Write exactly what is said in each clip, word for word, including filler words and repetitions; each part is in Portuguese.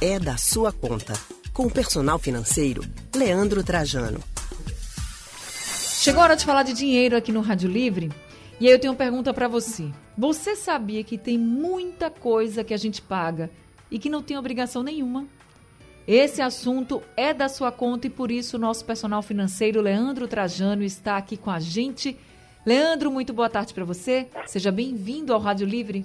é da sua conta. Com o personal financeiro, Leandro Trajano. Chegou a hora de falar de dinheiro aqui no Rádio Livre. E aí eu tenho uma pergunta para você. Você sabia que tem muita coisa que a gente paga e que não tem obrigação nenhuma? Esse assunto é da sua conta e por isso o nosso personal financeiro, Leandro Trajano, está aqui com a gente. Leandro, muito boa tarde para você. Seja bem-vindo ao Rádio Livre.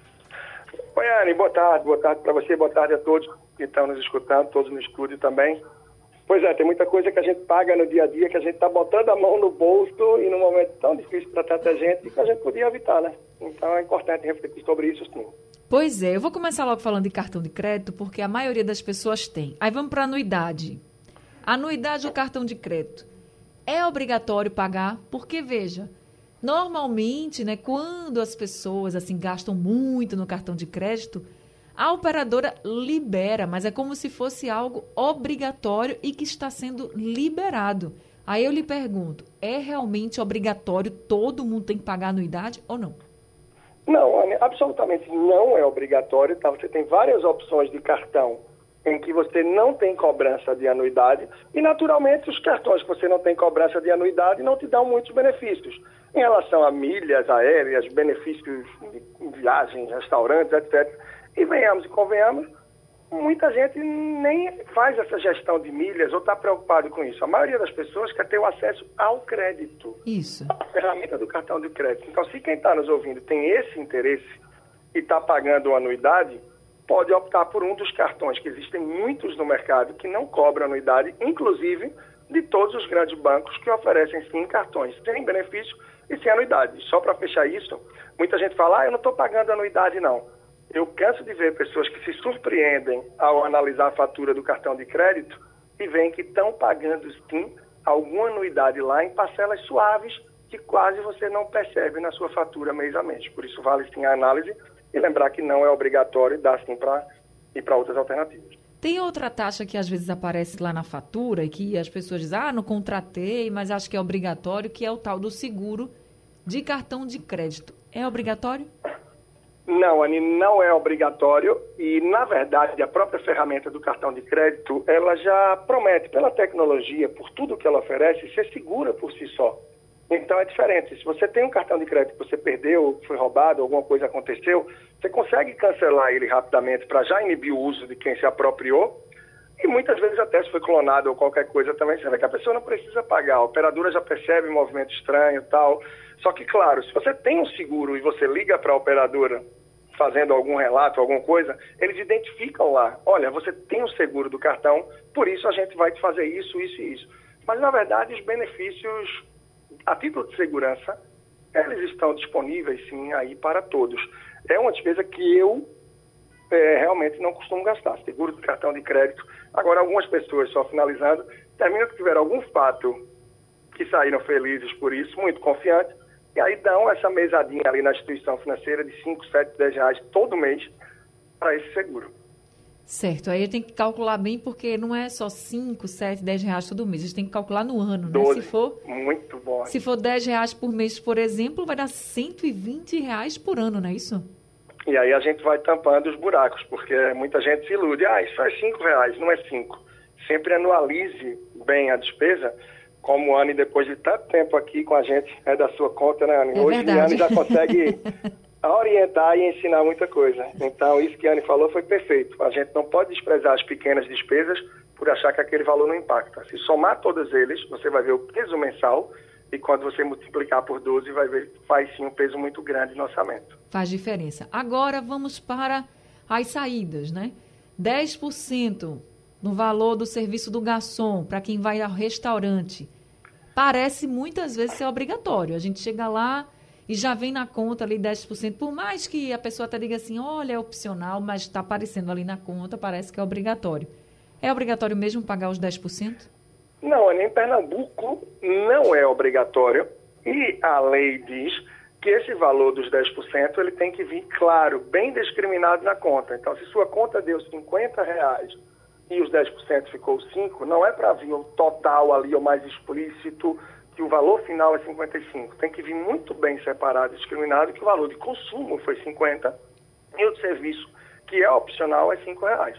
Oi, Anne, boa tarde. Boa tarde para você, boa tarde a todos que estão nos escutando, todos no estúdio também. Pois é, tem muita coisa que a gente paga no dia a dia, que a gente está botando a mão no bolso e num momento tão difícil para tanta gente que a gente podia evitar, né? Então é importante refletir sobre isso, sim. Pois é, eu vou começar logo falando de cartão de crédito, porque a maioria das pessoas tem. Aí vamos para a anuidade. Anuidade do cartão de crédito. É obrigatório pagar? Porque, veja, normalmente, né, quando as pessoas assim gastam muito no cartão de crédito, a operadora libera, mas é como se fosse algo obrigatório e que está sendo liberado. Aí eu lhe pergunto, é realmente obrigatório, todo mundo tem que pagar anuidade ou não? Não, absolutamente não é obrigatório, tá? Você tem várias opções de cartão em que você não tem cobrança de anuidade e, naturalmente, os cartões que você não tem cobrança de anuidade não te dão muitos benefícios. Em relação a milhas aéreas, benefícios em viagens, restaurantes, etcétera. E venhamos e convenhamos, muita gente nem faz essa gestão de milhas ou está preocupado com isso. A maioria das pessoas quer ter o acesso ao crédito. Isso. A ferramenta do cartão de crédito. Então, se quem está nos ouvindo tem esse interesse e está pagando uma anuidade, pode optar por um dos cartões, que existem muitos no mercado que não cobram anuidade, inclusive de todos os grandes bancos que oferecem sim cartões sem benefício e sem anuidade. Só para fechar isso, muita gente fala, ah, eu não estou pagando anuidade não. Eu canso de ver pessoas que se surpreendem ao analisar a fatura do cartão de crédito e veem que estão pagando, sim, alguma anuidade lá em parcelas suaves que quase você não percebe na sua fatura mês a mês. Por isso, vale, sim, a análise e lembrar que não é obrigatório e dá, sim, para ir para outras alternativas. Tem outra taxa que às vezes aparece lá na fatura e que as pessoas dizem, ah, não contratei, mas acho que é obrigatório, que é o tal do seguro de cartão de crédito. É obrigatório? Não, Anny, não é obrigatório e, na verdade, a própria ferramenta do cartão de crédito, ela já promete, pela tecnologia, por tudo que ela oferece, ser segura por si só. Então, é diferente. Se você tem um cartão de crédito que você perdeu, foi roubado, alguma coisa aconteceu, você consegue cancelar ele rapidamente para já inibir o uso de quem se apropriou e, muitas vezes, até se foi clonado ou qualquer coisa também, você vê que a pessoa não precisa pagar. A operadora já percebe um movimento estranho e tal. Só que, claro, se você tem um seguro e você liga para a operadora fazendo algum relato, alguma coisa, eles identificam lá, olha, você tem um seguro do cartão, por isso a gente vai te fazer isso, isso e isso. Mas, na verdade, os benefícios, a título de segurança, eles estão disponíveis, sim, aí para todos. É uma despesa que eu é, realmente não costumo gastar, seguro do cartão de crédito. Agora, algumas pessoas, só finalizando, terminam que tiveram algum fato que saíram felizes por isso, muito confiantes, e aí dão essa mesadinha ali na instituição financeira de cinco, sete, dez reais todo mês para esse seguro. Certo, aí tem que calcular bem, porque não é só cinco, sete, dez reais todo mês, a gente tem que calcular no ano, né? doze, se for, muito bom. Se for dez reais por mês, por exemplo, vai dar cento e vinte reais por ano, não é isso? E aí a gente vai tampando os buracos, porque muita gente se ilude, ah, isso é cinco reais, não é cinco. Sempre anualize bem a despesa. Como a Anny, depois de tanto tempo aqui com a gente, é da sua conta, né, Anny? É Hoje verdade. a Anny já consegue orientar e ensinar muita coisa. Então, isso que a Anny falou foi perfeito. A gente não pode desprezar as pequenas despesas por achar que aquele valor não impacta. Se somar todos eles, você vai ver o peso mensal e quando você multiplicar por doze, vai ver que faz sim um peso muito grande no orçamento. Faz diferença. Agora vamos para as saídas, né? dez por cento no valor do serviço do garçom para quem vai ao restaurante. Parece muitas vezes ser obrigatório. A gente chega lá e já vem na conta ali dez por cento, por mais que a pessoa até diga assim, olha, é opcional, mas está aparecendo ali na conta, parece que é obrigatório. É obrigatório mesmo pagar os dez por cento? Não, em Pernambuco não é obrigatório e a lei diz que esse valor dos dez por cento ele tem que vir, claro, bem discriminado na conta. Então, se sua conta deu cinquenta reais e os dez por cento ficou cinco, não é para vir o total ali, o mais explícito, que o valor final é cinquenta e cinco. Tem que vir muito bem separado e discriminado que o valor de consumo foi cinquenta e o de serviço, que é opcional, é cinco reais.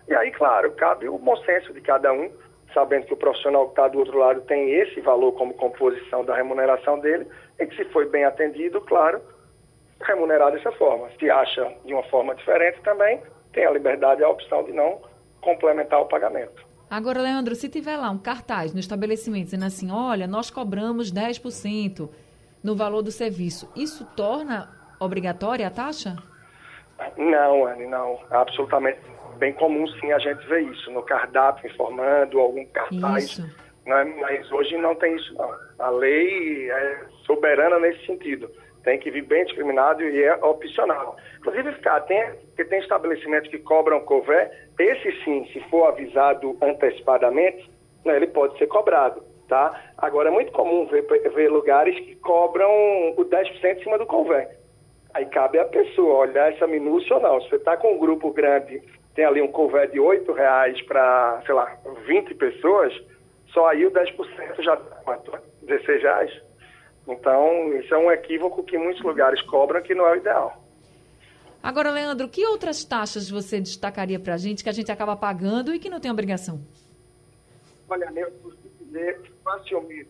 E aí, claro, cabe o bom senso de cada um, sabendo que o profissional que está do outro lado tem esse valor como composição da remuneração dele, e que se foi bem atendido, claro, remunerar dessa forma. Se acha de uma forma diferente também, tem a liberdade e a opção de não complementar o pagamento. Agora, Leandro, se tiver lá um cartaz no estabelecimento dizendo assim, olha, nós cobramos dez por cento no valor do serviço, isso torna obrigatória a taxa? Não, Anny, não. Absolutamente bem comum, sim, a gente ver isso no cardápio, informando, algum cartaz. Isso. Né? Mas hoje não tem isso, não. A lei é soberana nesse sentido. Tem que vir bem discriminado e é opcional. Inclusive, cara, tem, tem estabelecimentos que cobram couvé. Esse, sim, se for avisado antecipadamente, né, ele pode ser cobrado, tá? Agora, é muito comum ver, ver lugares que cobram o dez por cento em cima do couvé. Aí cabe à pessoa olhar essa minúcia ou não. Se você está com um grupo grande, tem ali um couvé de oito reais para, sei lá, vinte pessoas, só aí o dez por cento já dá quanto? dezesseis reais? Então, isso é um equívoco que muitos lugares cobram, que não é o ideal. Agora, Leandro, que outras taxas você destacaria para a gente que a gente acaba pagando e que não tem obrigação? Olha, eu posso dizer facilmente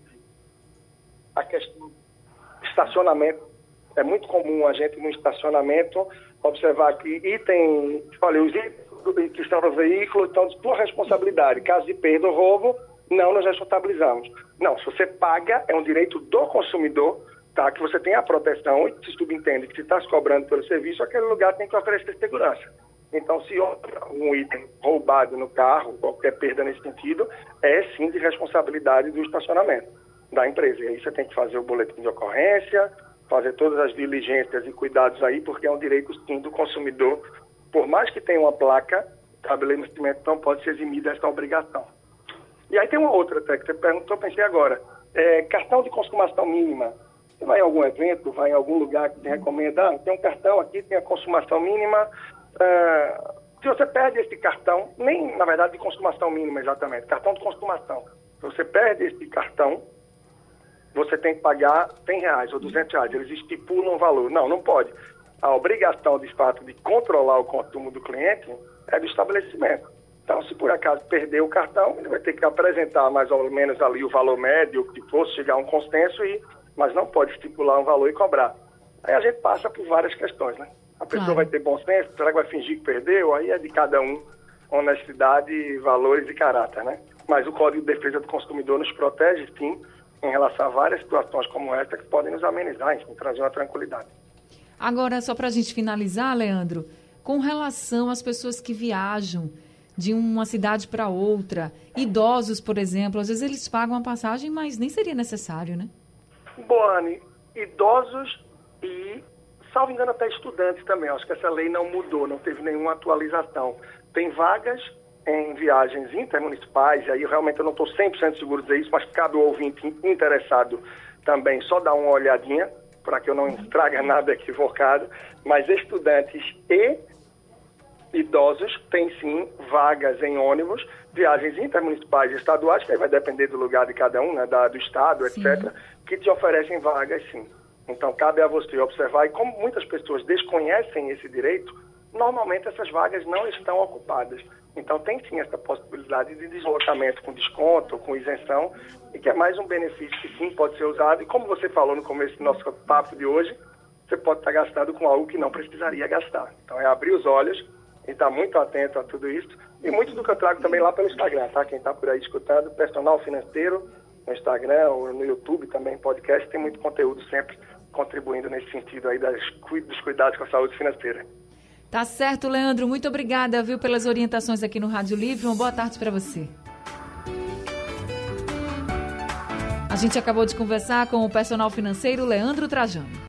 a questão do estacionamento. É muito comum a gente no estacionamento observar que item, olha, os itens que estão no veículo estão de sua responsabilidade. Caso de perda ou roubo, não nos responsabilizamos. Não, se você paga, é um direito do consumidor, tá? Que você tem a proteção e se subentende que se está se cobrando pelo serviço, aquele lugar tem que oferecer segurança. Então, se houver um item roubado no carro, qualquer perda nesse sentido, é sim de responsabilidade do estacionamento da empresa. E aí você tem que fazer o boletim de ocorrência, fazer todas as diligências e cuidados aí, porque é um direito sim do consumidor. Por mais que tenha uma placa, o estabelecimento não pode se eximir dessa obrigação. E aí tem uma outra até que você perguntou, eu pensei agora, é, cartão de consumação mínima. Você vai em algum evento, vai em algum lugar que te recomenda, ah, tem um cartão aqui, tem a consumação mínima. Uh, se você perde esse cartão, nem na verdade de consumação mínima exatamente, cartão de consumação. Se você perde esse cartão, você tem que pagar cem reais ou duzentos reais. Eles estipulam um valor. Não, não pode. A obrigação de fato de controlar o consumo do cliente é do estabelecimento. Então, se por acaso perder o cartão, ele vai ter que apresentar mais ou menos ali o valor médio, que fosse chegar a um consenso, e, mas não pode estipular um valor e cobrar. Aí a gente passa por várias questões, né? A pessoa claro. Vai ter bom senso, será que vai fingir que perdeu? Aí é de cada um, honestidade, valores e caráter, né? Mas o Código de Defesa do Consumidor nos protege, sim, em relação a várias situações como essa que podem nos amenizar, enfim, trazer uma tranquilidade. Agora, só para a gente finalizar, Leandro, com relação às pessoas que viajam de uma cidade para outra, idosos, por exemplo, às vezes eles pagam a passagem, mas nem seria necessário, né? Boane, idosos e, salvo engano, até estudantes também. Acho que essa lei não mudou, não teve nenhuma atualização. Tem vagas em viagens intermunicipais, e aí realmente eu não estou cem por cento seguro de dizer isso, mas cabe ao ouvinte interessado também só dar uma olhadinha, para que eu não traga nada equivocado, mas estudantes e idosos têm sim vagas em ônibus, viagens intermunicipais e estaduais, que aí vai depender do lugar de cada um, né, da, do estado, sim, etcétera, que te oferecem vagas sim. Então cabe a você observar, e como muitas pessoas desconhecem esse direito, normalmente essas vagas não estão ocupadas. Então tem sim essa possibilidade de deslocamento com desconto, com isenção, e que é mais um benefício que sim pode ser usado. E como você falou no começo do nosso papo de hoje, você pode estar gastando com algo que não precisaria gastar. Então é abrir os olhos e estar muito atento a tudo isso. E muito do que eu trago também lá pelo Instagram, tá? Quem está por aí escutando, Personal Financeiro, no Instagram ou no YouTube também, podcast, tem muito conteúdo sempre contribuindo nesse sentido aí das, dos cuidados com a saúde financeira. Tá certo, Leandro. Muito obrigada, viu, pelas orientações aqui no Rádio Livre. Uma boa tarde para você. A gente acabou de conversar com o personal financeiro Leandro Trajano.